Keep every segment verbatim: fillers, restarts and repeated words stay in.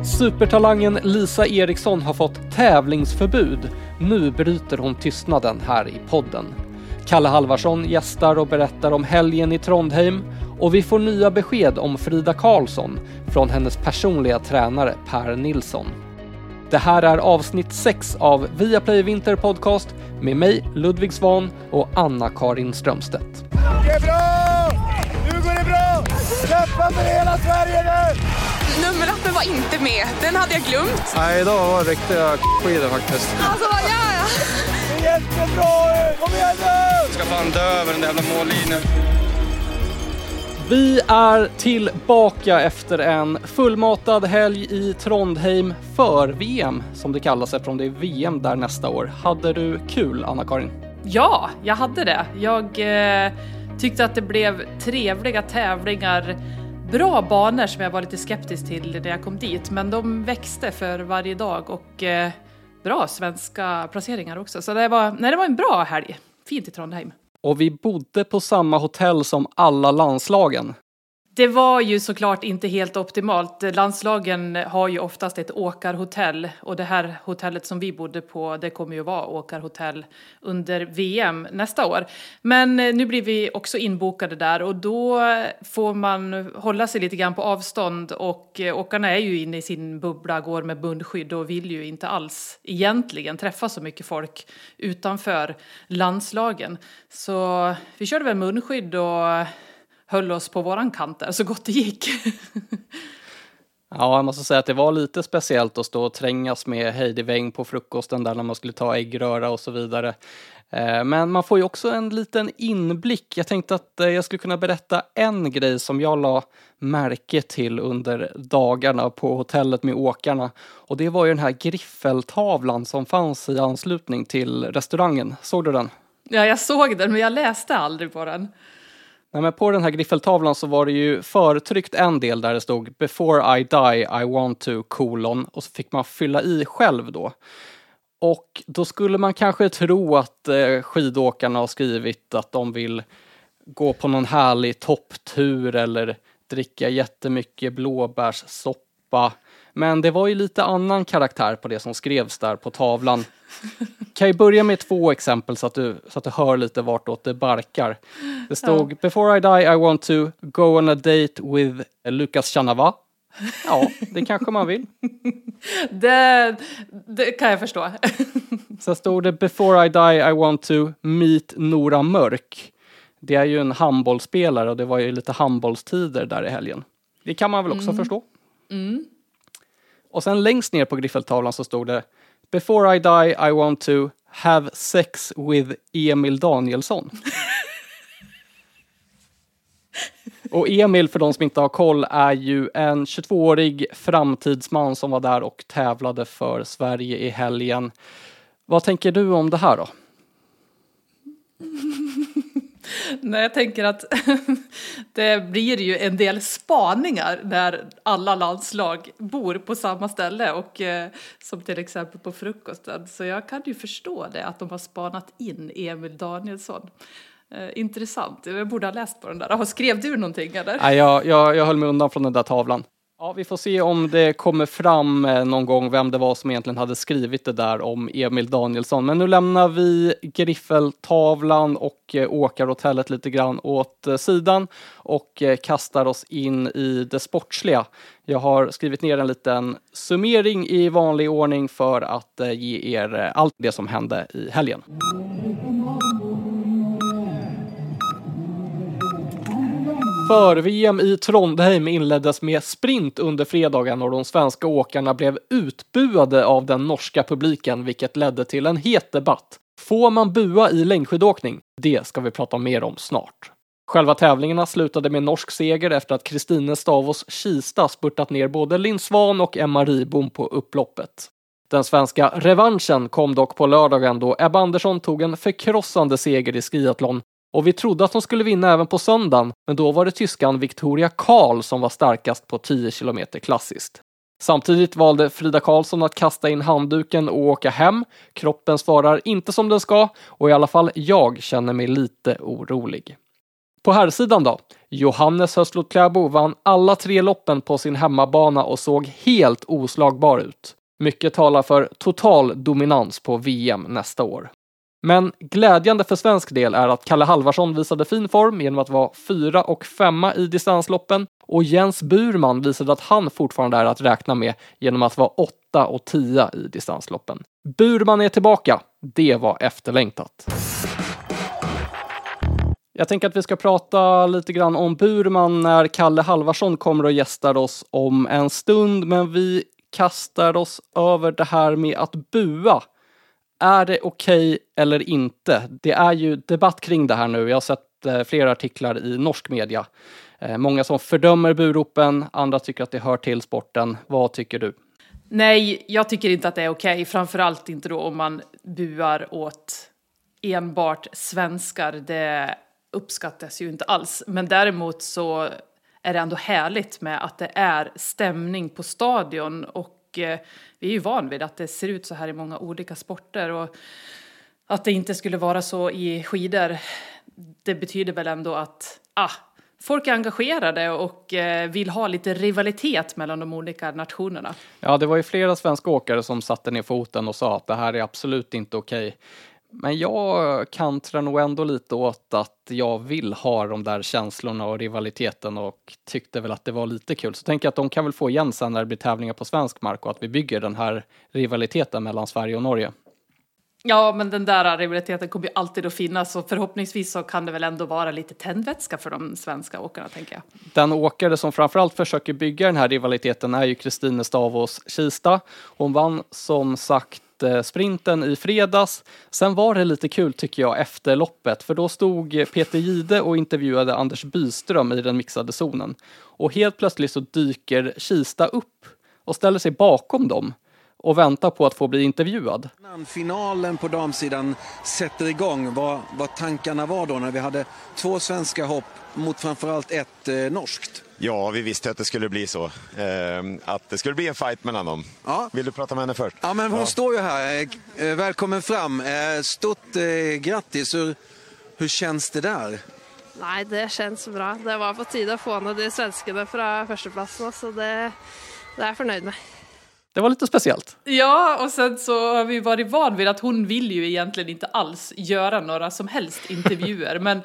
Supertalangen Lisa Eriksson har fått tävlingsförbud. Nu bryter hon tystnaden här i podden. Kalle Halvarsson gästar och berättar om helgen i Trondheim. Och vi får nya besked om Frida Karlsson från hennes personliga tränare Per Nilsson. Det här är avsnitt sex av Viaplay Vinter Podcast med mig, Ludvig Svan och Anna-Karin Strömstedt. Det är bra! Nu går det bra! Släppa för hela Sverige nu! Nummerlappen var inte med. Den hade jag glömt. Nej, idag var det riktiga skidor faktiskt. Alltså, vad gör jag? Det är jättebra! Kom igen nu! Jag ska fan dö över den där jävla mållinjen. Vi är tillbaka efter en fullmatad helg i Trondheim för V M, som det kallas eftersom det är V M där nästa år. Hade du kul, Anna-Karin? Ja, jag hade det. Jag eh, tyckte att det blev trevliga tävlingar. Bra banor som jag var lite skeptisk till när jag kom dit. Men de växte för varje dag och eh, bra svenska placeringar också. Så det var, nej, det var en bra helg. Fint i Trondheim. Och vi bodde på samma hotell som alla landslagen. Det var ju såklart inte helt optimalt. Landslagen har ju oftast ett åkarhotell. Och det här hotellet som vi bodde på, det kommer ju vara åkarhotell under V M nästa år. Men nu blir vi också inbokade där. Och då får man hålla sig lite grann på avstånd. Och åkarna är ju inne i sin bubbla, går med mundskydd och vill ju inte alls egentligen träffa så mycket folk utanför landslagen. Så vi körde väl munskydd och höll oss på våran kant där så gott det gick. Ja, jag måste säga att det var lite speciellt att stå och trängas med Heidi Weng på frukosten där när man skulle ta äggröra och så vidare. Men man får ju också en liten inblick. Jag tänkte att jag skulle kunna berätta en grej som jag la märke till under dagarna på hotellet med åkarna. Och det var ju den här griffeltavlan som fanns i anslutning till restaurangen. Såg du den? Ja, jag såg den men jag läste aldrig på den. Nej, men på den här griffeltavlan så var det ju förtryckt en del där det stod Before I die I want to kolon och så fick man fylla i själv då. Och då skulle man kanske tro att eh, skidåkarna har skrivit att de vill gå på någon härlig topptur eller dricka jättemycket blåbärssoppa. Men det var ju lite annan karaktär på det som skrevs där på tavlan. Kan jag börja med två exempel så att du, så att du hör lite vartåt det barkar. Det stod ja. Before I die I want to go on a date with Lukas Chanava. Ja, det kanske man vill. Det, det kan jag förstå. Så stod det Before I die I want to meet Nora Mörk. Det är ju en handbollsspelare och det var ju lite handbollstider där i helgen. Det kan man väl också mm. förstå. Mm. Och sen längst ner på griffeltavlan så stod det Before I die I want to have sex with Emil Danielsson. Och Emil, för de som inte har koll, är ju en tjugotvåårig framtidsman som var där och tävlade för Sverige i helgen. Vad tänker du om det här då? Nej, jag tänker att det blir ju en del spaningar när alla landslag bor på samma ställe och eh, som till exempel på frukosten. Så jag kan ju förstå det att de har spanat in Emil Danielsson. Eh, intressant. Jag borde ha läst på den där. Skrev du någonting eller? Nej, jag, jag, jag höll mig undan från den där tavlan. Ja, vi får se om det kommer fram någon gång vem det var som egentligen hade skrivit det där om Emil Danielsson. Men nu lämnar vi griffeltavlan och åkarhotellet lite grann åt sidan och kastar oss in i det sportsliga. Jag har skrivit ner en liten summering i vanlig ordning för att ge er allt det som hände i helgen. För V M i Trondheim inleddes med sprint under fredagen och de svenska åkarna blev utbuade av den norska publiken, vilket ledde till en het debatt. Får man bua i längdskidåkning? Det ska vi prata mer om snart. Själva tävlingarna slutade med norsk seger efter att Kristine Stavås Kista spurtat ner både Linn Svan och Emma Ribom på upploppet. Den svenska revanschen kom dock på lördagen då Ebba Andersson tog en förkrossande seger i skiathlon. Och vi trodde att hon skulle vinna även på söndagen, men då var det tyskan Victoria Karl som var starkast på tio kilometer klassiskt. Samtidigt valde Frida Karlsson att kasta in handduken och åka hem. Kroppen svarar inte som den ska och i alla fall jag känner mig lite orolig. På här sidan då. Johannes Höstlot Kläbo vann alla tre loppen på sin hemmabana och såg helt oslagbar ut. Mycket talar för total dominans på V M nästa år. Men glädjande för svensk del är att Kalle Halvarsson visade fin form genom att vara fyra och femma i distansloppen och Jens Burman visade att han fortfarande är att räkna med genom att vara åtta och tio i distansloppen. Burman är tillbaka. Det var efterlängtat. Jag tänker att vi ska prata lite grann om Burman när Kalle Halvarsson kommer och gästar oss om en stund, men vi kastar oss över det här med att bua. Är det okej okay eller inte? Det är ju debatt kring det här nu. Jag har sett eh, flera artiklar i norsk media. Eh, många som fördömer buropen, andra tycker att det hör till sporten. Vad tycker du? Nej, jag tycker inte att det är okej. Okay. Framförallt inte då om man buar åt enbart svenskar. Det uppskattas ju inte alls. Men däremot så är det ändå härligt med att det är stämning på stadion. Och eh, vi är ju van vid att det ser ut så här i många olika sporter. Och att det inte skulle vara så i skidor, det betyder väl ändå att ah, folk är engagerade och eh, vill ha lite rivalitet mellan de olika nationerna. Ja, det var ju flera svenska åkare som satte ner foten och sa att det här är absolut inte okej. Men jag kantrar nog ändå lite åt att jag vill ha de där känslorna och rivaliteten och tyckte väl att det var lite kul. Så tänker jag att de kan väl få igen sen när det blir tävlingar på svensk mark och att vi bygger den här rivaliteten mellan Sverige och Norge. Ja, men den där rivaliteten kommer ju alltid att finnas och förhoppningsvis så kan det väl ändå vara lite tändvätska för de svenska åkarna, tänker jag. Den åkare som framförallt försöker bygga den här rivaliteten är ju Kristine Stavås Kista. Hon vann som sagt sprinten i fredags. Sen var det lite kul tycker jag efter loppet, för då stod Peter Gide och intervjuade Anders Byström i den mixade zonen. Och helt plötsligt så dyker Kista upp och ställer sig bakom dem och väntar på att få bli intervjuad. Finalen på damsidan sätter igång. Vad, vad tankarna var då när vi hade två svenska hopp mot framförallt ett eh, norskt? Ja, vi visste att det skulle bli så. Eh, att det skulle bli en fight mellan dem. Ja. Vill du prata med henne först? Ja, men hon ja. står ju här. Eh, välkommen fram. Eh, stort eh, grattis. Hur, hur känns det där? Nej, det känns bra. Det var på tid att få de svenskarna från första platsen, så det, det är jag förnöjd med. Det var lite speciellt. Ja, och sen så har vi varit van vid att hon vill ju egentligen inte alls göra några som helst intervjuer. Men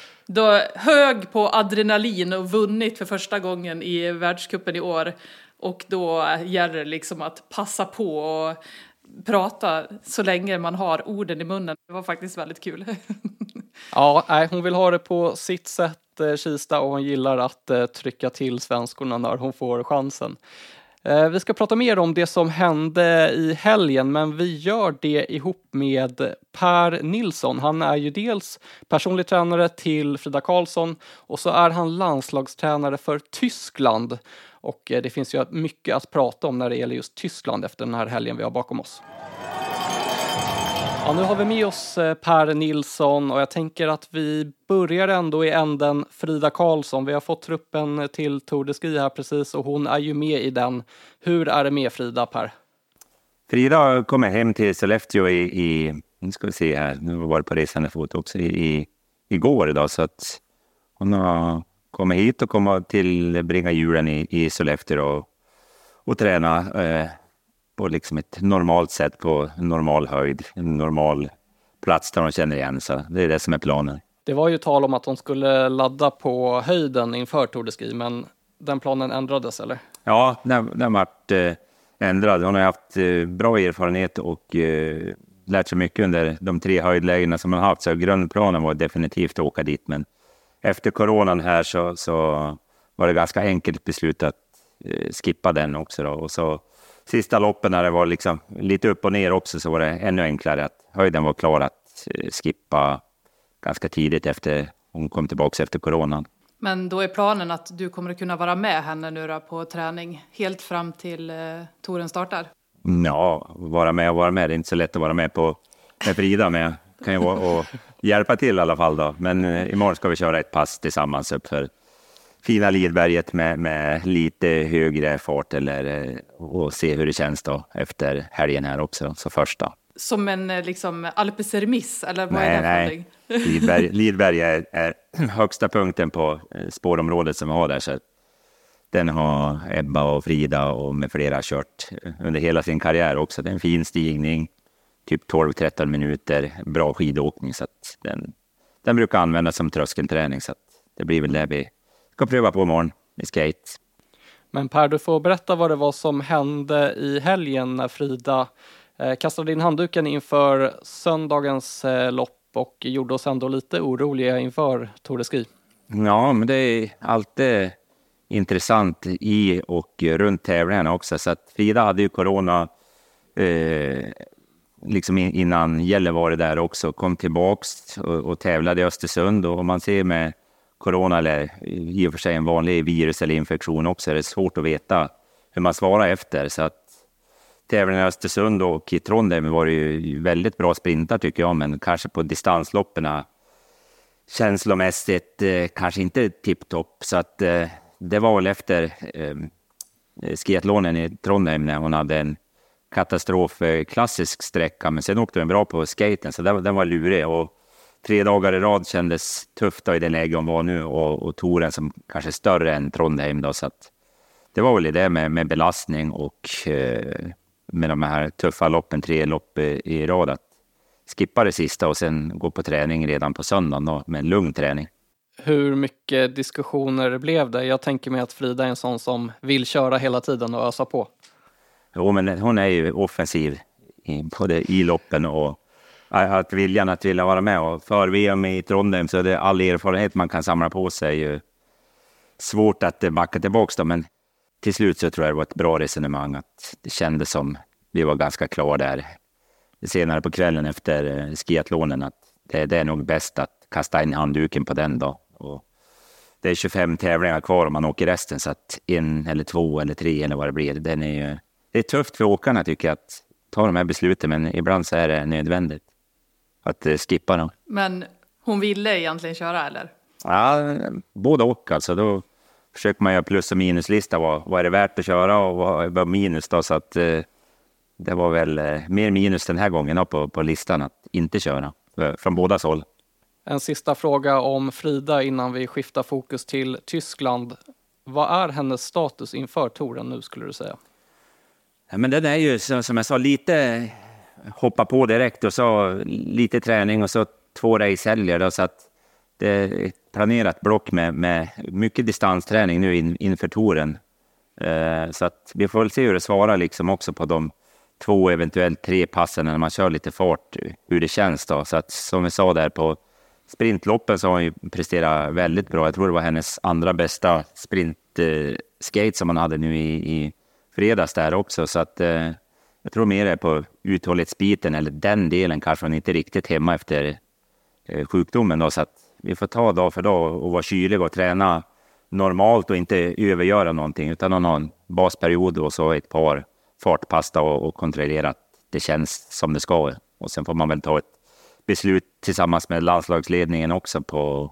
då hög på adrenalin och vunnit för första gången i världscupen i år. Och då gäller det liksom att passa på och prata så länge man har orden i munnen. Det var faktiskt väldigt kul. Ja, nej, hon vill ha det på sitt sätt, Kista, och hon gillar att eh, trycka till svenskorna när hon får chansen. Vi ska prata mer om det som hände i helgen, men vi gör det ihop med Per Nilsson. Han är ju dels personlig tränare till Frida Karlsson och så är han landslagstränare för Tyskland. Och det finns ju mycket att prata om när det gäller just Tyskland efter den här helgen vi har bakom oss. Ja, nu har vi med oss Per Nilsson och jag tänker att vi börjar ändå i änden Frida Karlsson. Vi har fått truppen till Tour de Ski här precis och hon är ju med i den. Hur är det med Frida, Per? Frida kommer hem till Sollefteå i, i nu ska vi se här, nu var det på resande fot också, i, i, igår idag, så att hon har kommit hit och kommer till bringa julen i, i Sollefteå och, och träna eh, på liksom ett normalt sätt, på normal höjd, en normal plats där de känner igen, så det är det som är planen. Det var ju tal om att de skulle ladda på höjden inför Tour de Ski, men den planen ändrades, eller? Ja, den, den varit eh, ändrad. Hon har haft eh, bra erfarenhet och eh, lärt sig mycket under de tre höjdlägena som hon har haft, så grundplanen var definitivt att åka dit, men efter coronan här så, så var det ganska enkelt beslut att eh, skippa den också då. Och så sista loppen när det var liksom lite upp och ner också, så var det ännu enklare att höjden var klar att eh, skippa ganska tidigt efter hon kom tillbaka efter coronan. Men då är planen att du kommer att kunna vara med henne nu då på träning helt fram till eh, touren startar? Ja, vara med och vara med. Det är inte så lätt att vara med på med Frida, men jag kan ju vara och hjälpa till i alla fall då. Men eh, imorgon ska vi köra ett pass tillsammans upp för fina Lidberget med, med lite högre fart eller, och se hur det känns då efter helgen här också, så första. som en liksom alpecermiss, eller vad nej, är det för nej. Lidberg, Lidberg är, är högsta punkten på spårområdet som vi har där, så den har Ebba och Frida och med flera kört under hela sin karriär också. Det är en fin stigning, typ tolv tretton minuter, bra skidåkning, så att den, den brukar användas som tröskelträning, så att det blir väl det vi ska pröva på imorgon i skate. Men Per, du får berätta vad det var som hände i helgen när Frida eh, kastade in handduken inför söndagens eh, lopp och gjorde oss ändå lite oroliga inför Tour de Ski. Ja, men det är alltid intressant i och runt tävlingarna också, så att Frida hade ju corona eh, liksom innan Gällivare där också, kom tillbaks och, och tävlade i Östersund, och om man ser med corona eller i och för sig en vanlig virus eller infektion också, är det svårt att veta hur man svarar efter, så att tävlingen i Östersund och i Trondheim var det ju väldigt bra sprintar tycker jag, men kanske på distanslopperna känslomässigt eh, kanske inte tipptopp, så att eh, det var väl efter eh, skiathlonen i Trondheim när hon hade en katastrof eh, klassisk sträcka, men sen åkte hon bra på skaten, så den, den var lurig, och tre dagar i rad kändes tufft då i det läge hon var nu, och, och touren som kanske är större än Trondheim då, så att det var väl det med, med belastning och eh, med de här tuffa loppen, tre lopp i, i rad, att skippa det sista och sen gå på träning redan på söndagen då, med en lugn träning. Hur mycket diskussioner blev det? Jag tänker mig att Frida är en sån som vill köra hela tiden och ösa på. Jo, men hon är ju offensiv i, både i loppen och att viljan att vilja vara med, och för V M i Trondheim så är det all erfarenhet man kan samla på sig, ju svårt att backa tillbaka då, men till slut så tror jag det var ett bra resonemang, att det kändes som vi var ganska klara där senare på kvällen efter skiathlonen, att det, det är nog bäst att kasta in handduken på den då, och det är tjugofem tävlingar kvar om man åker resten, så att en eller två eller tre eller vad det blir, den är ju, det är tufft för åkarna tycker jag att ta de här besluten, men ibland så är det nödvändigt att uh, skippa dem. Men hon ville egentligen köra, eller? Ja, både och alltså. Då försöker man göra plus- och minuslista. Vad, vad är det värt att köra och vad är minus då? Så att uh, det var väl uh, mer minus den här gången då, på, på listan att inte köra. Uh, från båda håll. En sista fråga om Frida innan vi skiftar fokus till Tyskland. Vad är hennes status inför touren nu skulle du säga? Ja, men den är ju som jag sa lite hoppa på direkt och så lite träning och så två racehelger då, så att det är ett planerat block med, med mycket distansträning nu in, inför touren. Eh, så att vi får väl se hur det svarar liksom också på de två eventuellt tre passen när man kör lite fart, hur det känns då. Så att som vi sa där på sprintloppen så har hon ju presterat väldigt bra. Jag tror det var hennes andra bästa sprintskate eh, som man hade nu i, i fredags där också, så att eh, jag tror mer är på uthållighetsbiten eller den delen kanske hon inte riktigt hemma efter eh, sjukdomen då, så att vi får ta dag för dag och vara kylig och träna normalt och inte övergöra någonting, utan hon har en basperiod och så ett par fartpasta och, och kontrollera att det känns som det ska, och sen får man väl ta ett beslut tillsammans med landslagsledningen också på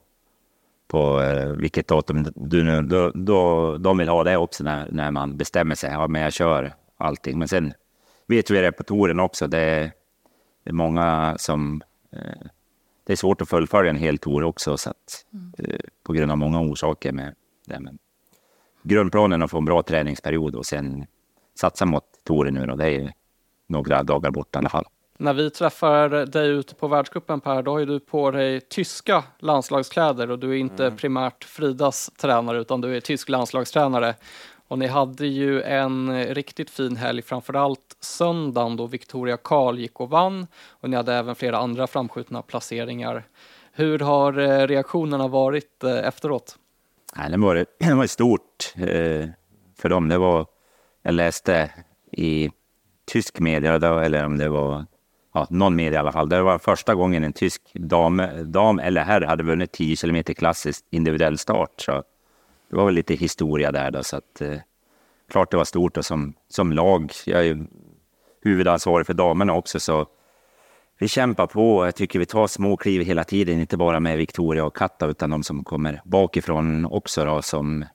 på eh, vilket datum du nu, då, då, de vill ha det också när, när man bestämmer sig. Ja, men jag kör allting. Men sen vet vi det på touren också. Det är, det är många som... Eh, det är svårt att fullfölja en hel tour också, så att, eh, på grund av många orsaker med det. Men grundplanen är att få en bra träningsperiod och sen satsa mot touren nu. Och det är några dagar bort i alla fall. När vi träffar dig ute på världscupen, Per, då har ju du på dig tyska landslagskläder och du är inte mm. primärt Fridas tränare utan du är tysk landslagstränare. Och ni hade ju en riktigt fin helg, framförallt söndagen då Victoria Karl gick och vann, och ni hade även flera andra framskjutna placeringar. Hur har reaktionerna varit efteråt? Nej, det var, det var stort eh, för dem. Det var, jag läste i tysk media då, eller om det var ja, någon media i alla fall. Det var första gången en tysk dam, dam eller herr hade vunnit tio kilometer klassiskt individuell start. Så det var väl lite historia där då, så att eh, klart det var stort, och som, som lag, jag är ju huvudansvarig för damerna också, så vi kämpar på. Jag tycker vi tar små kliv hela tiden, inte bara med Victoria och Katta utan de som kommer bakifrån också då, som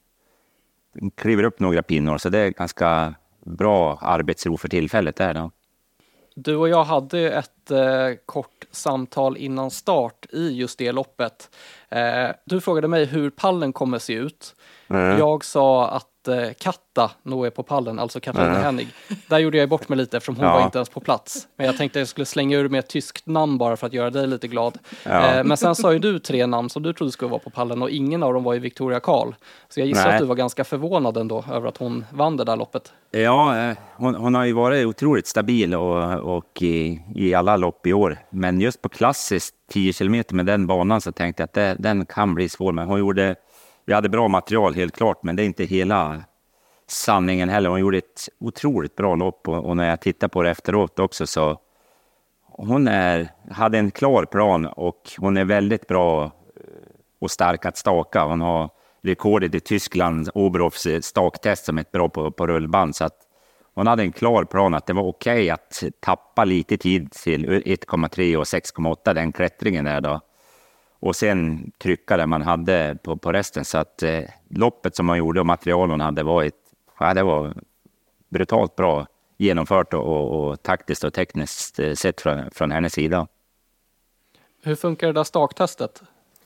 kliver upp några pinnor, så det är ganska bra arbetsro för tillfället där då. Du och jag hade ett eh, kort samtal innan start i just det loppet. Eh, du frågade mig hur pallen kommer se ut. Mm. Jag sa att eh, Katta nog är på pallen, alltså Katarina mm. Hennig. Där gjorde jag bort mig lite eftersom hon ja. var inte ens på plats. Men jag tänkte att jag skulle slänga ur med ett tyskt namn bara för att göra dig lite glad. Ja. Eh, men sen sa ju du tre namn som du trodde skulle vara på pallen och ingen av dem var ju Victoria Karl. Så jag gissar Nej. att du var ganska förvånad ändå över att hon vann det där loppet. Ja, hon, hon har ju varit otroligt stabil och, och i, i alla lopp i år. Men just på klassiskt tio kilometer med den banan så tänkte jag att det, den kan bli svår. Men hon gjorde... Vi hade bra material helt klart, men det är inte hela sanningen heller. Hon gjorde ett otroligt bra lopp och, och när jag tittar på det efteråt också så hon är, hade en klar plan och hon är väldigt bra och stark att staka. Hon har rekordet i Tyskland, Oberhofs staktest som är bra på, på rullband. Så att hon hade en klar plan att det var okej okay att tappa lite tid till ett komma tre och sex komma åtta, den klättringen där då. Och sen trycka det man hade på, på resten. Så att eh, loppet som man gjorde och materialen hade varit, ja, det var brutalt bra genomfört och, och, och taktiskt och tekniskt eh, sett från, från hennes sida. Hur funkar det där staktestet?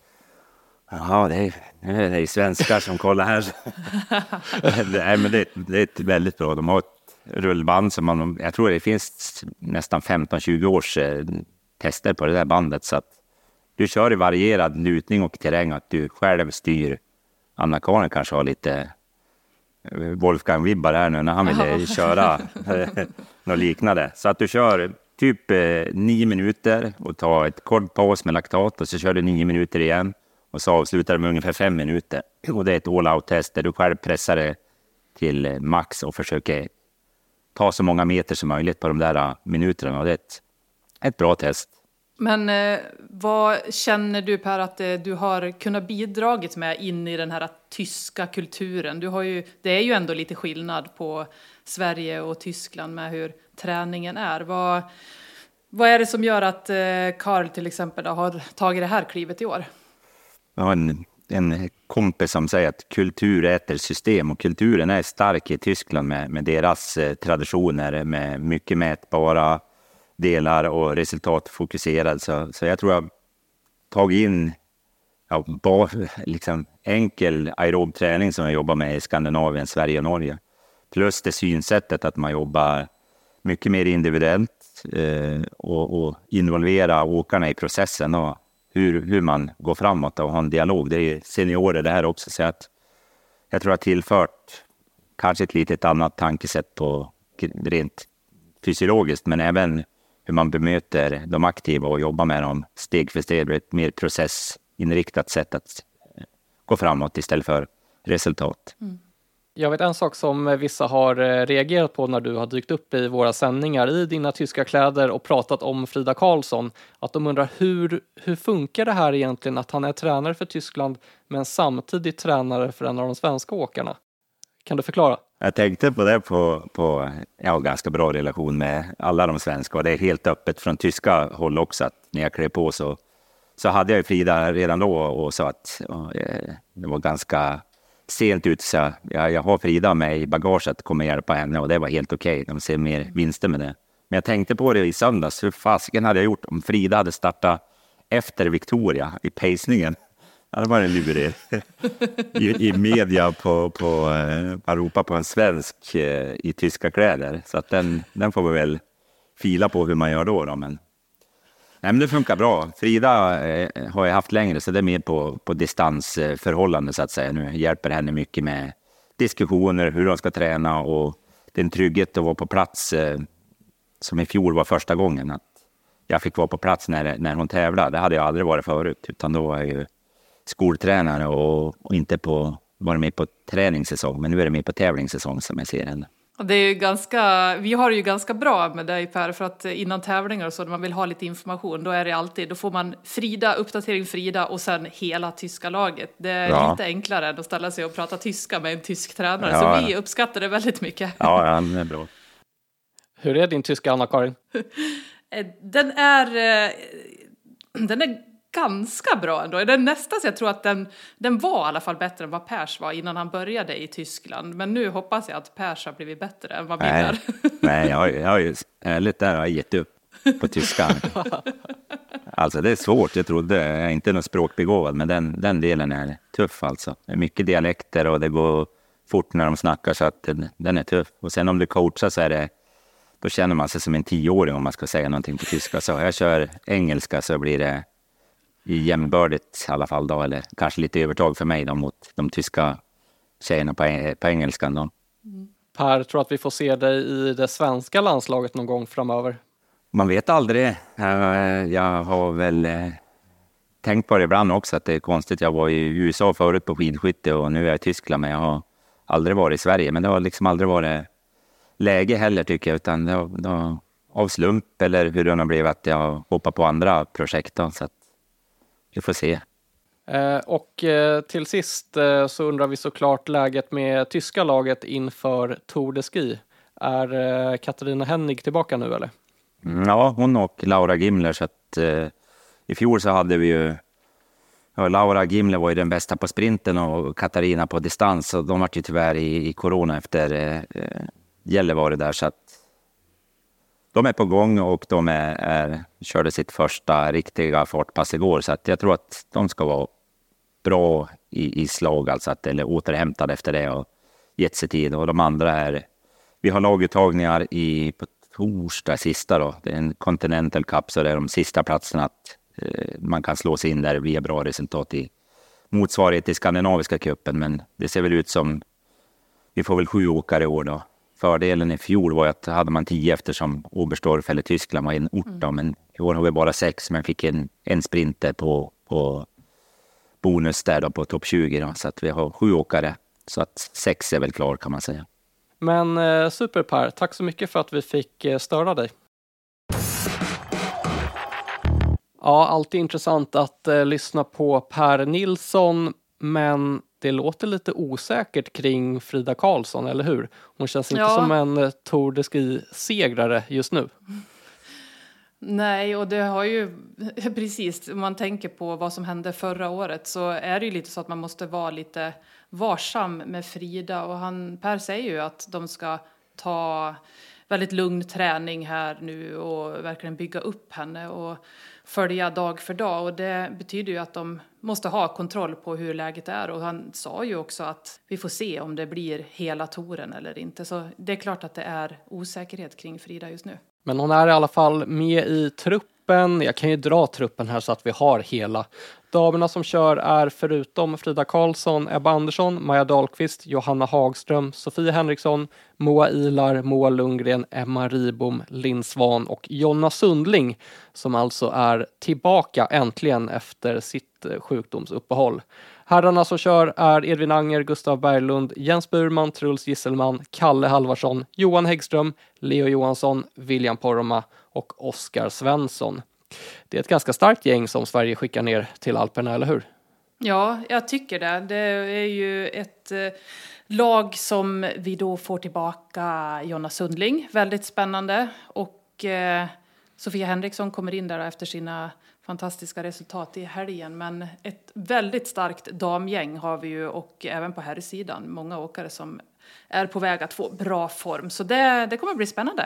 Ja, det är, det är svenskar som kollar här. Nej, men det, det är ett väldigt bra. De har ett rullband som man, jag tror det finns nästan femton tjugo års eh, tester på det där bandet. Så att du kör i varierad lutning och terräng, att du själv styr. Anna-Karin kanske har lite Wolfgang Wibbar här nu när han ville köra något liknande. Så att du kör typ nio minuter och tar ett kort paus med laktat och så kör du nio minuter igen och så avslutar du med ungefär fem minuter. Och det är ett all-out-test där du själv pressar det till max och försöker ta så många meter som möjligt på de där minuterna. Och det är ett, ett bra test. Men eh, vad känner du, Per, att eh, du har kunnat bidragit med in i den här tyska kulturen? Du har ju, det är ju ändå lite skillnad på Sverige och Tyskland med hur träningen är. Vad, vad är det som gör att eh, Karl till exempel har tagit det här klivet i år? Jag har en, en kompis som säger att kultur äter system, och kulturen är stark i Tyskland med, med deras eh, traditioner, med mycket mätbara delar och resultatfokuserad. Så, så jag tror jag tagit in ja, bara, liksom, enkel aerob träning som jag jobbar med i Skandinavien, Sverige och Norge. Plus det synsättet att man jobbar mycket mer individuellt eh, och, och involvera åkarna i processen och hur, hur man går framåt och har en dialog. Det är seniorer det här också, så att jag tror jag har tillfört kanske ett litet annat tankesätt på rent fysiologiskt, men även hur man bemöter de aktiva och jobbar med dem steg för steg. Ett mer processinriktat sätt att gå framåt istället för resultat. Mm. Jag vet en sak som vissa har reagerat på när du har dykt upp i våra sändningar i dina tyska kläder och pratat om Frida Karlsson. Att de undrar hur, hur funkar det här egentligen att han är tränare för Tyskland men samtidigt tränare för en av de svenska åkarna? Kan du förklara? Jag tänkte på det på, på jag har ganska bra relation med alla de svenska, och det är helt öppet från tyska håll också, att när jag klev på så, så hade jag ju Frida redan då och sa att och, det var ganska sent ut, så jag, jag har Frida med i bagaget, kommer hjälpa henne, och det var helt okej. Okay. De ser mer vinster med det. Men jag tänkte på det i söndags, hur fasiken hade jag gjort om Frida hade startat efter Victoria i pacningen? Ja, det var en lurig I, i media på, på eh, Europa på en svensk eh, i tyska kläder. Så att den, den får vi väl fila på hur man gör då. då. Men, nej, men det funkar bra. Frida eh, har jag haft längre, så det är mer på, på distansförhållande så att säga. Nu hjälper henne mycket med diskussioner, hur de ska träna, och det är en trygghet att vara på plats eh, som i fjol var första gången. Att jag fick vara på plats när, när hon tävlade. Det hade jag aldrig varit förut, utan då var jag ju skoltränare och, och inte på var med på träningssäsong, men nu är det med på tävlingssäsong som jag ser henne. Det är ju ganska, vi har det ju ganska bra med dig, Per, för att innan tävlingar och så, när man vill ha lite information, då är det alltid, då får man Frida, uppdatering Frida och sen hela tyska laget. Det är ja. lite enklare än att ställa sig och prata tyska med en tysk tränare, ja. så vi uppskattar det väldigt mycket. Ja, han är bra. Hur är din tyska, Anna-Karin? Den är, den är ganska bra ändå. Det är nästan så jag tror att den, den var i alla fall bättre än vad Pers var innan han började i Tyskland. Men nu hoppas jag att Pers har blivit bättre än vad vi är. Nej, jag har, jag har ju ärligt där har jag gett upp på tyskan. Alltså det är svårt, jag trodde. Jag är inte någon språkbegåvad, men den, den delen är tuff alltså. Det är mycket dialekter och det går fort när de snackar, så att den, den är tuff. Och sen om du coachar så är det, då känner man sig som en tioåring om man ska säga någonting på tyska. Så jag kör engelska så blir det i jämnbördigt i alla fall då, eller kanske lite övertag för mig då mot de tyska tjejerna på, på engelskan då. Mm. Per, tror att vi får se dig i det svenska landslaget någon gång framöver? Man vet aldrig. Jag har väl tänkt på det ibland också att det är konstigt. Jag var i U S A förut på skidskytte och nu är jag i Tyskland, men jag har aldrig varit i Sverige. Men det har liksom aldrig varit läge heller tycker jag, utan det har, det har av slump eller hur det har blivit att jag hoppar på andra projekt då, så att vi får se. Eh, och eh, till sist eh, så undrar vi såklart läget med tyska laget inför Tour de Ski. Är eh, Katarina Hennig tillbaka nu eller? Ja, hon och Laura Gimler, så att eh, i fjol så hade vi ju ja, Laura Gimler var ju den bästa på sprinten och Katarina på distans, och de var ju tyvärr i, i corona efter eh, Gällivare där, så att de är på gång och de är, är, körde sitt första riktiga fartpass igår, så att jag tror att de ska vara bra i, i slag, alltså att, eller återhämtade efter det och gett sig tid. Och de andra är, vi har laguttagningar i på torsdag sista då, det är en Continental Cup, så det är de sista platserna att eh, man kan slå sig in där via bra resultat i motsvarighet till skandinaviska cupen, men det ser väl ut som vi får väl sju åkare i år då. Fördelen i fjol var att hade man tio eftersom Oberstdorf eller Tyskland var en ort då, mm. men i år har vi bara sex, men fick en, en sprinter på, på bonus där då på topp tjugo då, så att vi har sju åkare, så att sex är väl klar kan man säga. Men eh, super Per, tack så mycket för att vi fick eh, störa dig. Ja, alltid intressant att eh, lyssna på Per Nilsson, men det låter lite osäkert kring Frida Karlsson, eller hur? Hon känns inte ja. som en eh, Tour de Ski-segrare just nu. Nej, och det har ju precis, om man tänker på vad som hände förra året, så är det ju lite så att man måste vara lite varsam med Frida, och han, Per säger ju att de ska ta väldigt lugn träning här nu och verkligen bygga upp henne och följa dag för dag, och det betyder ju att de måste ha kontroll på hur läget är, och han sa ju också att vi får se om det blir hela touren eller inte, så det är klart att det är osäkerhet kring Frida just nu. Men hon är i alla fall med i truppen. Jag kan ju dra truppen här så att vi har hela. Damerna som kör är förutom Frida Karlsson, Ebba Andersson, Maja Dahlqvist, Johanna Hagström, Sofia Henriksson, Moa Ilar, Moa Lundgren, Emma Ribom, Linn Svan och Jonna Sundling, som alltså är tillbaka äntligen efter sitt sjukdomsuppehåll. Herrarna som kör är Edvin Anger, Gustav Berglund, Jens Burman, Truls Gisselman, Kalle Halvarsson, Johan Häggström, Leo Johansson, William Poromaa och Oskar Svensson. Det är ett ganska starkt gäng som Sverige skickar ner till Alperna, eller hur? Ja, jag tycker det. Det är ju ett eh, lag som vi då får tillbaka Jonna Sundling. Väldigt spännande. Och eh, Sofia Henriksson kommer in där efter sina fantastiska resultat i helgen. Men ett väldigt starkt damgäng har vi ju, och även på herrsidan många åkare som är på väg att få bra form. Så det, det kommer bli spännande.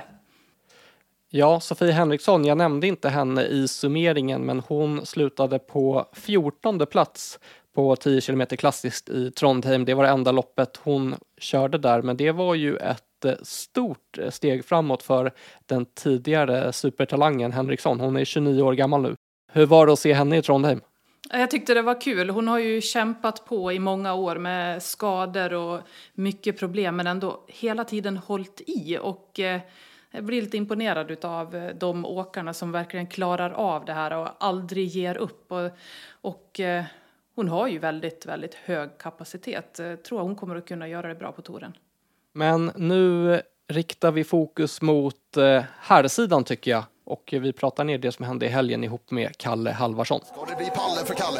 Ja, Sofia Henriksson, jag nämnde inte henne i summeringen, men hon slutade på fjortonde plats på tio kilometer klassiskt i Trondheim. Det var det enda loppet hon körde där, men det var ju ett stort steg framåt för den tidigare supertalangen Henriksson. Hon är tjugonio år gammal nu. Hur var det att se henne i Trondheim? Jag tyckte det var kul. Hon har ju kämpat på i många år med skador och mycket problem, men ändå hela tiden hållit i, och eh, jag blir lite imponerad av de åkarna som verkligen klarar av det här och aldrig ger upp. Och, och eh, hon har ju väldigt, väldigt hög kapacitet. Jag tror hon kommer att kunna göra det bra på touren. Men nu riktar vi fokus mot eh, herrsidan tycker jag. Och vi pratar ner det som hände i helgen ihop med Kalle Halvarsson. Ska det bli pallen för Kalle?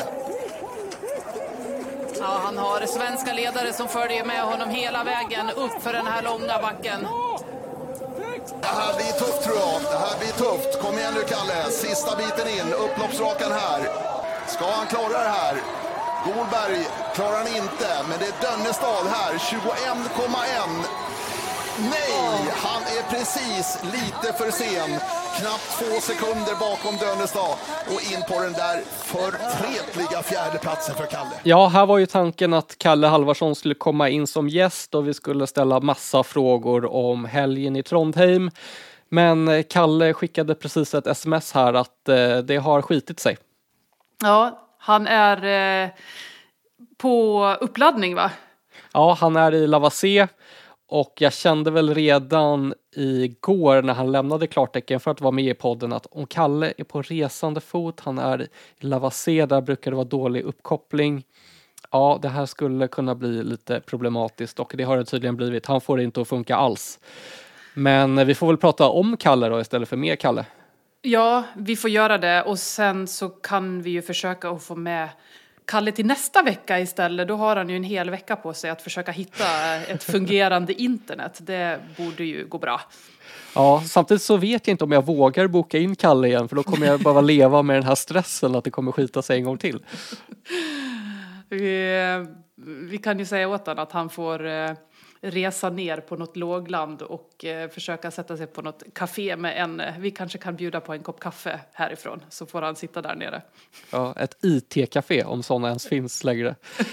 Ja, han har svenska ledare som följer med honom hela vägen upp för den här långa backen. Det här blir tufft tror jag. Det här blir tufft. Kom igen nu Kalle. Sista biten in. Upploppsrakan här. Ska han klara det här? Golberg klarar han inte, men det är Dönnestad här, tjugoett komma ett. Nej, han är precis lite för sen. Knappt två sekunder bakom Dönnestad och in på den där förtretliga fjärde platsen för Kalle. Ja, här var ju tanken att Kalle Halvarsson skulle komma in som gäst och vi skulle ställa massa frågor om helgen i Trondheim. Men Kalle skickade precis ett sms här att eh, det har skitit sig. Ja, han är eh, på uppladdning, va? Ja, han är i Lavazé. Och jag kände väl redan igår när han lämnade klartecken för att vara med i podden att om Kalle är på resande fot, han är i Lavazé, där brukar det vara dålig uppkoppling. Ja, det här skulle kunna bli lite problematiskt och det har det tydligen blivit. Han får det inte att funka alls. Men vi får väl prata om Kalle då istället för med Kalle. Ja, vi får göra det och sen så kan vi ju försöka att få med Kalle till nästa vecka istället. Då har han ju en hel vecka på sig att försöka hitta ett fungerande internet. Det borde ju gå bra. Ja, samtidigt så vet jag inte om jag vågar boka in Kalle igen. För då kommer jag bara leva med den här stressen att det kommer skita sig en gång till. Vi, vi kan ju säga åt honom att han får resa ner på något lågland och försöka sätta sig på något café med en. Vi kanske kan bjuda på en kopp kaffe härifrån så får han sitta där nere. Ja, ett I T-café om sådana ens finns längre.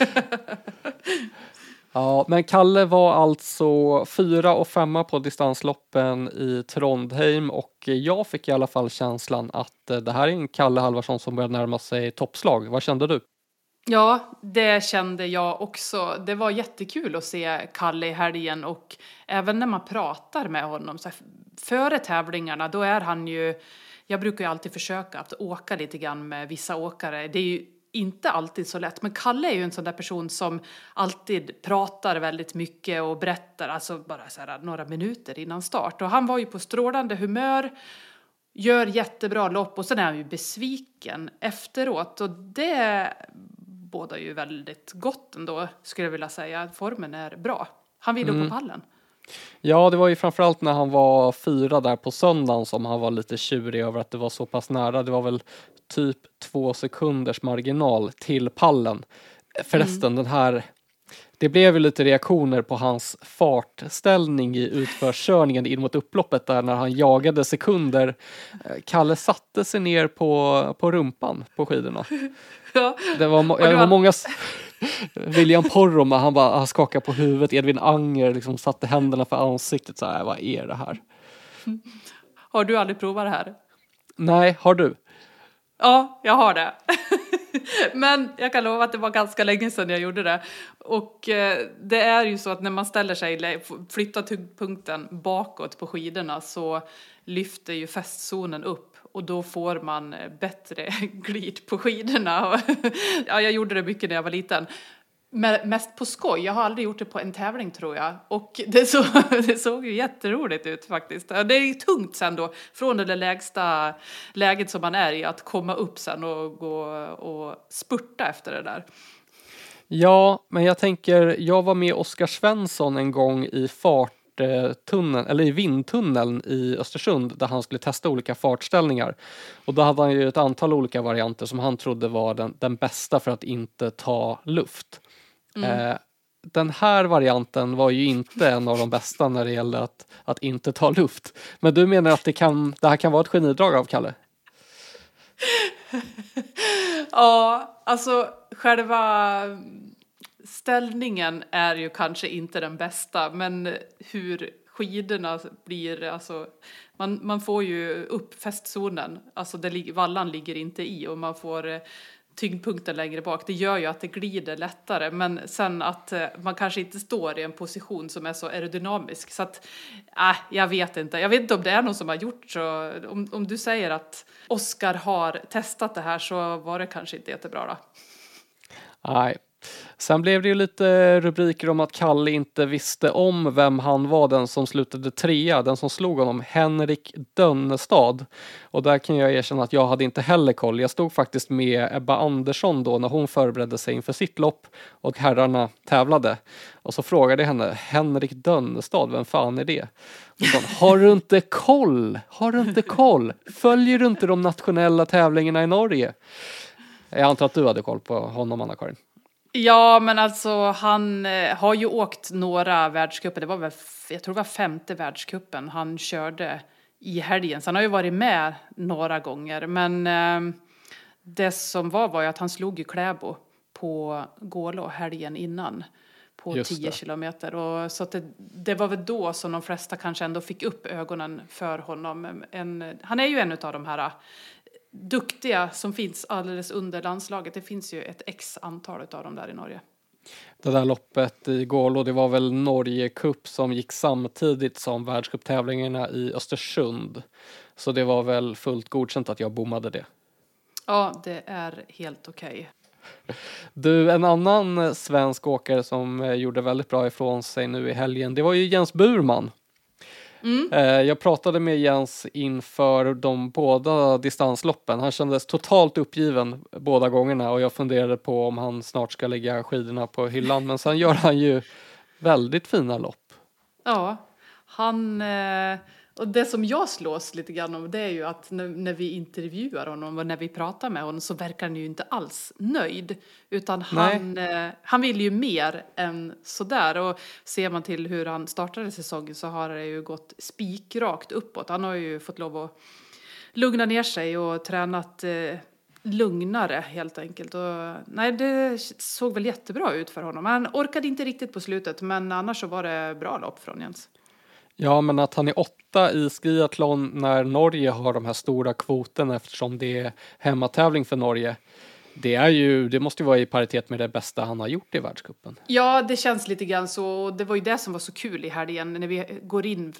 Ja, men Kalle var alltså fyra och femma på distansloppen i Trondheim och jag fick i alla fall känslan att det här är en Kalle Halvarsson som börjar närma sig toppslag. Vad kände du? Ja, det kände jag också. Det var jättekul att se Kalle i helgen och även när man pratar med honom så här, före tävlingarna, då är han ju, jag brukar ju alltid försöka att åka lite grann med vissa åkare. Det är ju inte alltid så lätt, men Kalle är ju en sån där person som alltid pratar väldigt mycket och berättar, alltså bara så här några minuter innan start. Och han var ju på strålande humör, gör jättebra lopp och sen är han ju besviken efteråt och det båda ju väldigt gott ändå, skulle jag vilja säga. Formen är bra. Han vill upp mm. på pallen. Ja, det var ju framförallt när han var fyra där på söndagen som han var lite tjurig över att det var så pass nära. Det var väl typ två sekunders marginal till pallen. Förresten, mm. den här... Det blev ju lite reaktioner på hans fartställning i utförskörningen in mot upploppet där när han jagade sekunder. Kalle satte sig ner på, på rumpan på skidorna. Ja. Det var, må- det var många... William Poromaa, han bara han skakade på huvudet. Edvin Anger liksom satte händerna för ansiktet. Så här, vad är det här? Har du aldrig provat det här? Nej, har du? Ja, jag har det. Men jag kan lova att det var ganska länge sedan jag gjorde det. Och eh, det är ju så att när man ställer sig, flyttar tyngdpunkten bakåt på skidorna så lyfter ju fästzonen upp. Och då får man bättre glid på skidorna. Ja, jag gjorde det mycket när jag var liten. Men mest på skoj. Jag har aldrig gjort det på en tävling tror jag. Och det, så, det såg ju jätteroligt ut faktiskt. Det är ju tungt sen då. Från det lägsta läget som man är i. Att komma upp sen och gå och spurta efter det där. Ja, men jag tänker. Jag var med Oskar Svensson en gång i farttunneln. Eller i vindtunneln i Östersund. Där han skulle testa olika fartställningar. Och då hade han ju ett antal olika varianter. Som han trodde var den, den bästa för att inte ta luft. Mm. Eh, den här varianten var ju inte en av de bästa när det gäller att, att inte ta luft. Men du menar att det, kan, det här kan vara ett genidrag av Kalle? Ja, alltså själva ställningen är ju kanske inte den bästa. Men hur skidorna blir, alltså man, man får ju upp fästzonen. Alltså det, vallan ligger inte i och man får tyngdpunkten längre bak. Det gör ju att det glider lättare. Men sen att man kanske inte står i en position som är så aerodynamisk. Så att, äh, jag vet inte. Jag vet inte om det är någon som har gjort så. Om, om du säger att Oskar har testat det här så var det kanske inte jättebra då. Nej. Sen blev det ju lite rubriker om att Kalle inte visste om vem han var, den som slutade trea, den som slog honom, Henrik Dönnestad. Och där kan jag erkänna att jag hade inte heller koll. Jag stod faktiskt med Ebba Andersson då när hon förberedde sig inför sitt lopp och herrarna tävlade. Och så frågade jag henne, Henrik Dönnestad, vem fan är det? Och så, har du inte koll? Har du inte koll? Följer du inte de nationella tävlingarna i Norge? Jag antar att du hade koll på honom, Anna-Karin. Ja, men alltså han eh, har ju åkt några världscuper. Det var väl, jag tror det var femte världscupen han körde i helgen. Så han har ju varit med några gånger. Men eh, det som var var ju att han slog ju Kläbo på Gålå helgen innan. På Just tio det. kilometer. Och så att det, det var väl då som de flesta kanske ändå fick upp ögonen för honom. En, han är ju en av de här duktiga som finns alldeles under landslaget. Det finns ju ett x antal av dem där i Norge. Det där loppet i Gålå, det var väl Norge Cup som gick samtidigt som världscuptävlingarna i Östersund. Så det var väl fullt godkänt att jag bommade det. Ja, det är helt okej. Du, en annan svensk åkare som gjorde väldigt bra ifrån sig nu i helgen, det var ju Jens Burman. Mm. Jag pratade med Jens inför de båda distansloppen. Han kändes totalt uppgiven båda gångerna och jag funderade på om han snart ska lägga skidorna på hyllan. Men sen gör han ju väldigt fina lopp. Ja, han... Eh, och det som jag slås lite grann om det är ju att när, när vi intervjuar honom och när vi pratar med honom så verkar han ju inte alls nöjd. Utan han, eh, han vill ju mer än sådär. Och ser man till hur han startade säsongen så har det ju gått spikrakt uppåt. Han har ju fått lov att lugna ner sig och tränat eh, lugnare helt enkelt. Och, nej, det såg väl jättebra ut för honom. Han orkade inte riktigt på slutet, men annars så var det bra lopp från Jens. Ja, men att han är åtta i skiathlon när Norge har de här stora kvoterna eftersom det är hemmatävling för Norge. Det är ju, det måste ju vara i paritet med det bästa han har gjort i världscupen. Ja, det känns lite grann så. Det var ju det som var så kul i helgen när vi går in,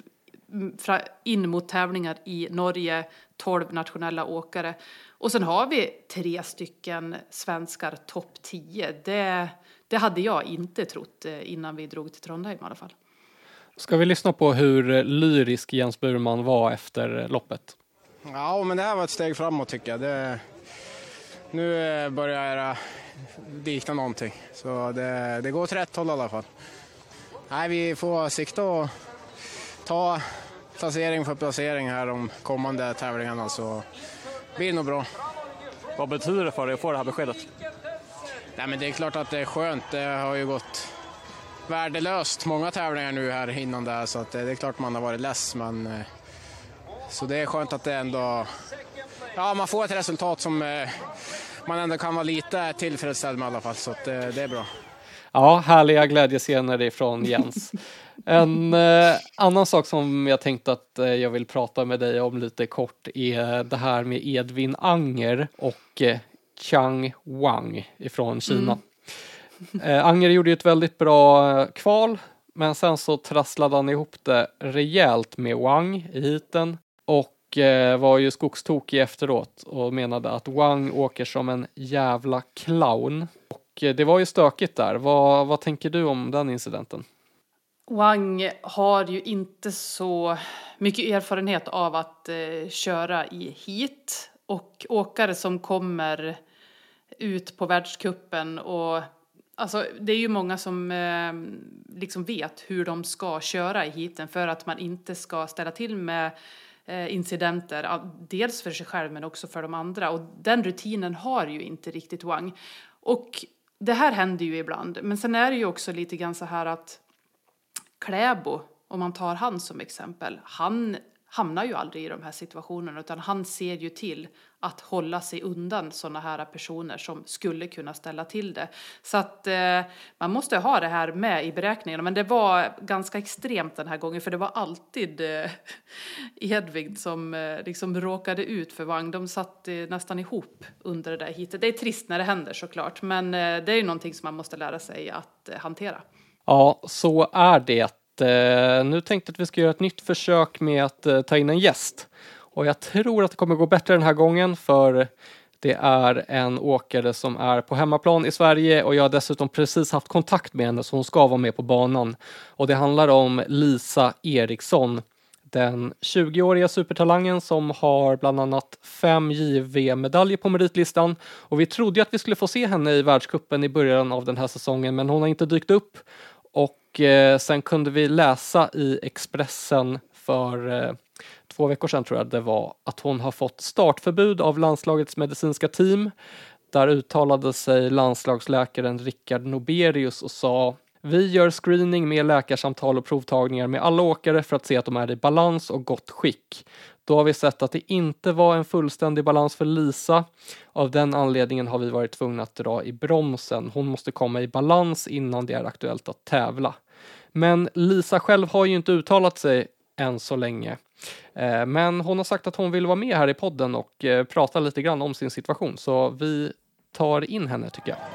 in mot tävlingar i Norge, tolv nationella åkare. Och sen har vi tre stycken svenskar topp tio. Det, det hade jag inte trott innan vi drog till Trondheim i alla fall. Ska vi lyssna på hur lyrisk Jens Burman var efter loppet? Ja, men det här var ett steg framåt tycker jag. Det, nu börjar det likna någonting. Så det, det går åt rätt håll i alla fall. Nej, vi får sikta och ta placering för placering här de kommande tävlingarna så blir det nog bra. Vad betyder det för dig att få det här beskedet? Nej, men det är klart att det är skönt. Det har ju gått värdelöst många tävlingar nu här innan det här, så att det är klart man har varit less, men så det är skönt att det ändå ja, man får ett resultat som man ändå kan vara lite tillfredsställd med i alla fall, så att det, det är bra. Ja, härliga glädjescener ifrån Jens. En eh, annan sak som jag tänkte att eh, jag vill prata med dig om lite kort är det här med Edvin Anger och eh, Chang Wang ifrån Kina. Mm. Eh, Anger gjorde ju ett väldigt bra eh, kval, men sen så trasslade han ihop det rejält med Wang i heaten och eh, var ju skogstokig efteråt och menade att Wang åker som en jävla clown. Och eh, det var ju stökigt där. Vad, vad tänker du om den incidenten? Wang har ju inte så mycket erfarenhet av att eh, köra i heat och åkare som kommer ut på världscupen och alltså, det är ju många som eh, liksom vet hur de ska köra i heaten för att man inte ska ställa till med eh, incidenter. Dels för sig själv men också för de andra. Och den rutinen har ju inte riktigt Wang. Och det här händer ju ibland. Men sen är det ju också lite grann så här att Kläbo, om man tar han som exempel, han hamnar ju aldrig i de här situationerna utan han ser ju till att hålla sig undan sådana här personer som skulle kunna ställa till det. Så att eh, man måste ha det här med i beräkningen. Men det var ganska extremt den här gången för det var alltid eh, Edvin som eh, liksom råkade ut för Wang. De satt eh, nästan ihop under det där hitet. Det är trist när det händer såklart, men eh, det är ju någonting som man måste lära sig att eh, hantera. Ja, så är det. Uh, nu tänkte jag att vi ska göra ett nytt försök med att uh, ta in en gäst. Och jag tror att det kommer gå bättre den här gången för det är en åkare som är på hemmaplan i Sverige och jag har dessutom precis haft kontakt med henne så hon ska vara med på banan. Och det handlar om Lisa Eriksson, den tjugoåriga supertalangen som har bland annat fem J V-medaljer på meritlistan. Och vi trodde att vi skulle få se henne i världscupen i början av den här säsongen men hon har inte dykt upp. Och eh, sen kunde vi läsa i Expressen för eh, två veckor sedan tror jag det var att hon har fått startförbud av landslagets medicinska team. Där uttalade sig landslagsläkaren Rickard Noberius och sa: vi gör screening med läkarsamtal och provtagningar med alla åkare för att se att de är i balans och gott skick. Då har vi sett att det inte var en fullständig balans för Lisa. Av den anledningen har vi varit tvungna att dra i bromsen. Hon måste komma i balans innan det är aktuellt att tävla. Men Lisa själv har ju inte uttalat sig än så länge. Men hon har sagt att hon vill vara med här i podden och prata lite grann om sin situation. Så vi tar in henne tycker jag.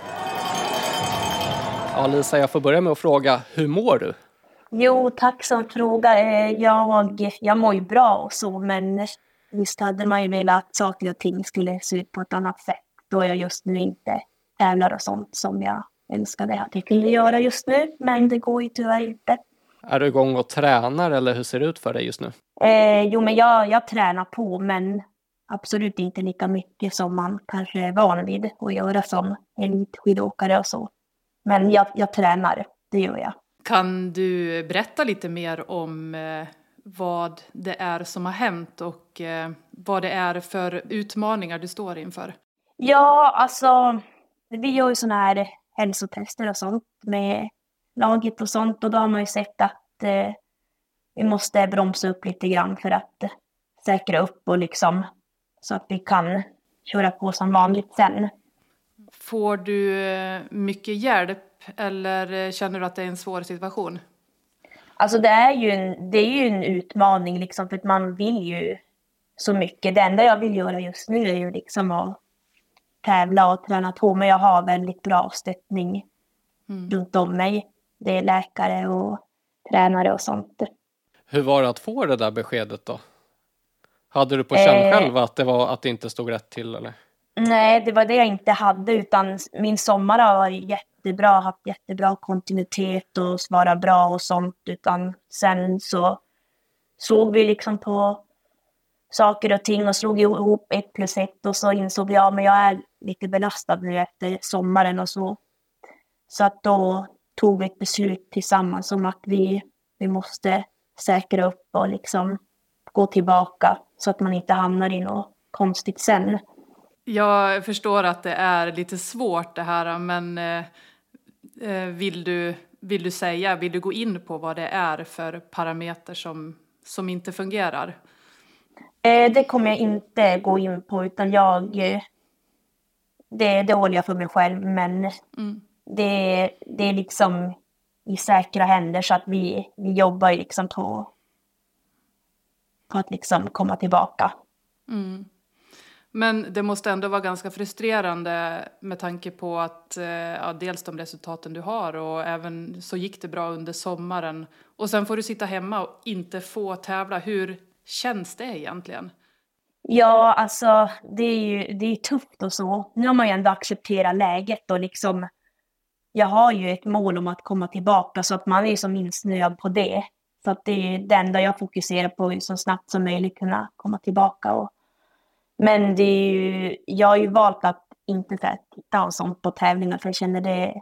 Ja, Lisa, jag får börja med att fråga, hur mår du? Jo, tack som fråga. Jag, jag mår ju bra och så, men visst hade man ju velat att saker och ting skulle se ut på ett annat sätt. Då jag just nu inte tävlar och sånt som jag önskade att jag kunde göra just nu, men det går ju tyvärr inte. Är du igång och tränar eller hur ser det ut för dig just nu? Eh, jo, men jag, jag tränar på, men absolut inte lika mycket som man kanske är van vid att göra som elitskidåkare och så. Men jag, jag tränar, det gör jag. Kan du berätta lite mer om eh, vad det är som har hänt och eh, vad det är för utmaningar du står inför? Ja, alltså vi gör ju såna här hälsotester och sånt med laget och sånt. Och då har man ju sett att eh, vi måste bromsa upp lite grann för att eh, säkra upp och liksom så att vi kan köra på som vanligt sen. Får du eh, mycket hjälp eller känner du att det är en svår situation? Alltså det är ju en, det är ju en utmaning liksom, för att man vill ju så mycket. Det enda jag vill göra just nu är ju liksom att tävla och träna på. Men jag har väldigt bra stöttning mm. runt om mig. Det är läkare och tränare och sånt. Hur var det att få det där beskedet då? Hade du på känn eh, själv att det, var, att det inte stod rätt till eller? Nej, det var det jag inte hade, utan min sommar har varit jättebra, haft jättebra kontinuitet och svara bra och sånt. Utan sen så såg vi liksom på saker och ting och slog ihop ett plus ett och så insåg jag men jag är lite belastad nu efter sommaren och så. Så att då tog vi ett beslut tillsammans om att vi, vi måste säkra upp och liksom gå tillbaka så att man inte hamnar i något konstigt sen. Jag förstår att det är lite svårt det här, men eh, vill, du, vill du säga, vill du gå in på vad det är för parametrar som, som inte fungerar? Eh, det kommer jag inte gå in på, utan jag, det, det håller jag för mig själv, men mm. det, det är liksom i säkra händer så att vi, vi jobbar liksom på, på att liksom komma tillbaka. Mm. Men det måste ändå vara ganska frustrerande med tanke på att ja, dels de resultaten du har och även så gick det bra under sommaren. Och sen får du sitta hemma och inte få tävla. Hur känns det egentligen? Ja, alltså det är ju det är tufft och så. Nu har man ju ändå accepterat läget och liksom jag har ju ett mål om att komma tillbaka så att man är som insnöad på det. Så att det är det enda jag fokuserar på så snabbt som möjligt kunna komma tillbaka och men det är ju, jag har ju valt att inte så här, titta och sånt på tävlingar för jag känner det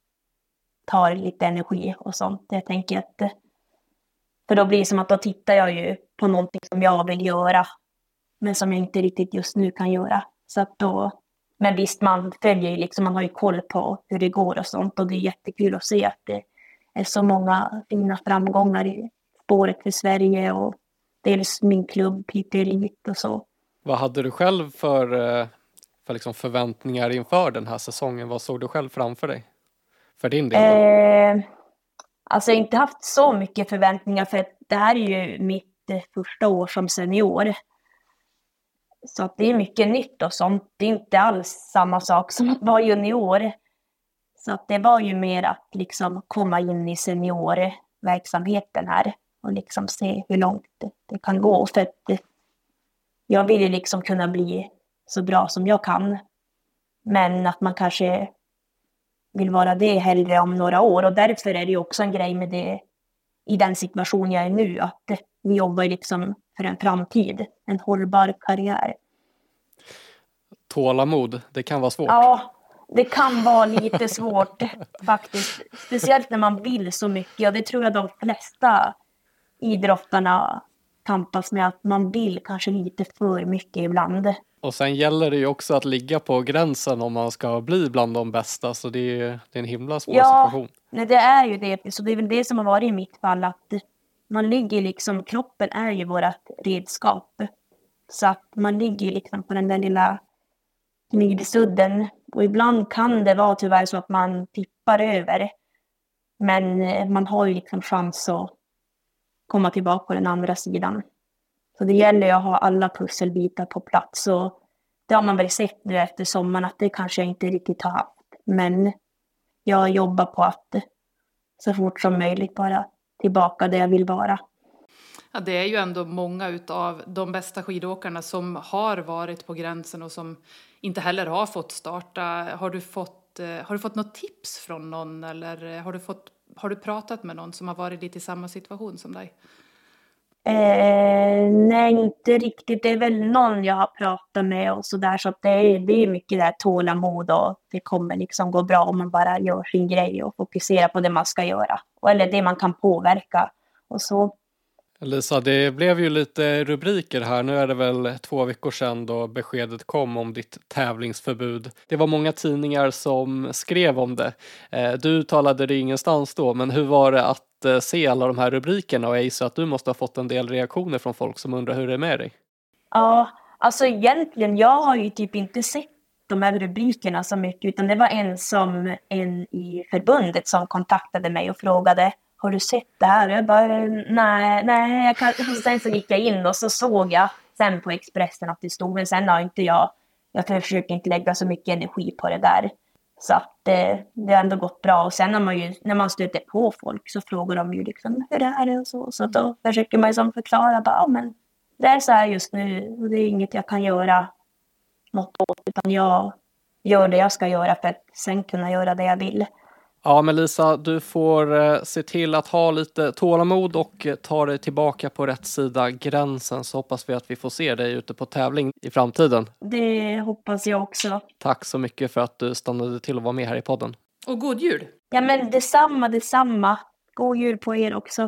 tar lite energi och sånt. Jag tänker att, för då blir det som att då tittar jag ju på någonting som jag vill göra men som jag inte riktigt just nu kan göra. Så att då, men visst man följer ju liksom, man har ju koll på hur det går och sånt och det är jättekul att se att det är så många fina framgångar i spåret för Sverige och dels min klubb Piteå Elite och så. Vad hade du själv för, för liksom förväntningar inför den här säsongen? Vad såg du själv framför dig? För din del? Eh, alltså jag har inte haft så mycket förväntningar för det här är ju mitt första år som senior. Så att det är mycket nytt och sånt. Det är inte alls samma sak som att vara junior. Så att det var ju mer att liksom komma in i seniorverksamheten här. Och liksom se hur långt det, det kan gå. För att det, jag vill ju liksom kunna bli så bra som jag kan. Men att man kanske vill vara det hellre om några år. Och därför är det ju också en grej med det i den situation jag är nu. Att vi jobbar liksom för en framtid. En hållbar karriär. Tålamod, det kan vara svårt. Ja, det kan vara lite svårt faktiskt. Speciellt när man vill så mycket. Och det tror jag de flesta idrottarna tampas med att man vill kanske lite för mycket ibland. Och sen gäller det ju också att ligga på gränsen om man ska bli bland de bästa. Så det är, det är en himla svår ja, situation. Nej, det är ju det. Så det är väl det som har varit i mitt fall. Att man ligger liksom, kroppen är ju vårt redskap. Så att man ligger liksom på den där lilla knivsudden. Och ibland kan det vara tyvärr så att man tippar över. Men man har ju liksom chans att komma tillbaka på den andra sidan. Så det gäller ju att ha alla pusselbitar på plats. Och det har man väl sett nu efter sommaren att det kanske jag inte riktigt har haft. Men jag jobbar på att så fort som möjligt bara tillbaka där jag vill vara. Ja, det är ju ändå många av de bästa skidåkarna som har varit på gränsen och som inte heller har fått starta. Har du fått, har du fått något tips från någon eller har du, fått, har du pratat med någon som har varit lite i samma situation som dig? Eh, nej, inte riktigt. Det är väl någon jag har pratat med och sådär. Så att det är, det är mycket där tålamod och det kommer liksom gå bra om man bara gör sin grej och fokuserar på det man ska göra. Eller det man kan påverka och så. Lisa, det blev ju lite rubriker här. Nu är det väl två veckor sedan då beskedet kom om ditt tävlingsförbud. Det var många tidningar som skrev om det. Du talade det ingenstans då, men hur var det att se alla de här rubrikerna? Och jag gissar att du måste ha fått en del reaktioner från folk som undrar hur det är med dig. Ja, alltså egentligen, jag har ju typ inte sett de här rubrikerna så mycket. Utan det var en som en i förbundet som kontaktade mig och frågade: har du sett det här? Jag bara, nej, nej. Jag kan... Sen så gick jag in och så såg jag sen på Expressen att det stod. Men sen har inte jag, jag försöker inte lägga så mycket energi på det där. Så att det, det har ändå gått bra. Och sen när man, ju, när man stöter på folk så frågar de ju liksom hur det här är och så. Så då försöker man ju som förklara, bara, ja, men det är så här just nu. Och det är inget jag kan göra något åt. Utan jag gör det jag ska göra för att sen kunna göra det jag vill. Ja, men Lisa, du får eh, se till att ha lite tålamod och eh, ta dig tillbaka på rätt sida gränsen, så hoppas vi att vi får se dig ute på tävling i framtiden. Det hoppas jag också. Tack så mycket för att du stannade till att vara med här i podden. Och god jul! Ja, men detsamma, detsamma. God jul på er också.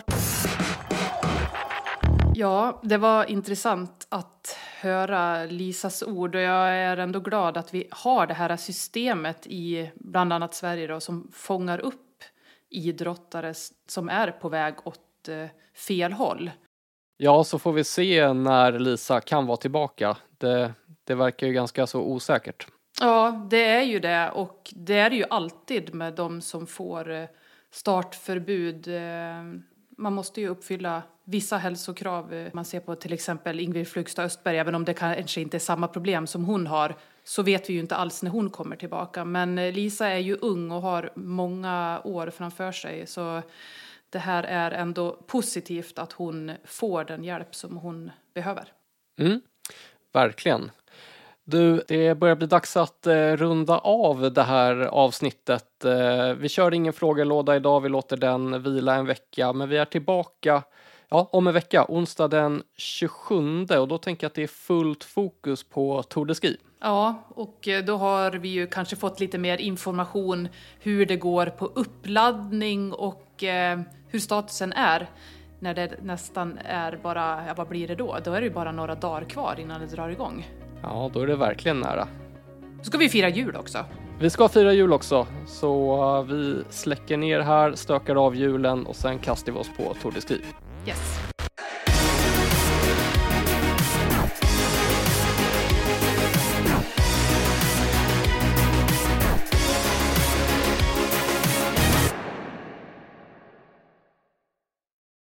Ja, det var intressant att höra Lisas ord och jag är ändå glad att vi har det här systemet i bland annat Sverige då, som fångar upp idrottare som är på väg åt eh, fel håll. Ja, så får vi se när Lisa kan vara tillbaka. Det, det verkar ju ganska så osäkert. Ja, det är ju det och det är ju alltid med de som får startförbud. Man måste ju uppfylla vissa hälsokrav. Man ser på till exempel Ingrid Flugstad Östberg, även om det kanske inte är samma problem som hon har, så vet vi ju inte alls när hon kommer tillbaka. Men Lisa är ju ung och har många år framför sig, så det här är ändå positivt att hon får den hjälp som hon behöver. Mm, verkligen. Du, det börjar bli dags att eh, runda av det här avsnittet. Eh, vi kör ingen frågelåda idag, vi låter den vila en vecka. Men vi är tillbaka ja, om en vecka, onsdag den tjugosjunde. Och då tänker jag att det är fullt fokus på Tour de Ski. Ja, och då har vi ju kanske fått lite mer information hur det går på uppladdning och eh, hur statusen är. När det nästan är bara, ja, vad blir det då? Då är det ju bara några dagar kvar innan det drar igång. Ja, då är det verkligen nära. Då ska vi fira jul också. Vi ska fira jul också. Så vi släcker ner här, stökar av julen och sen kastar vi oss på Tour de Ski. Yes.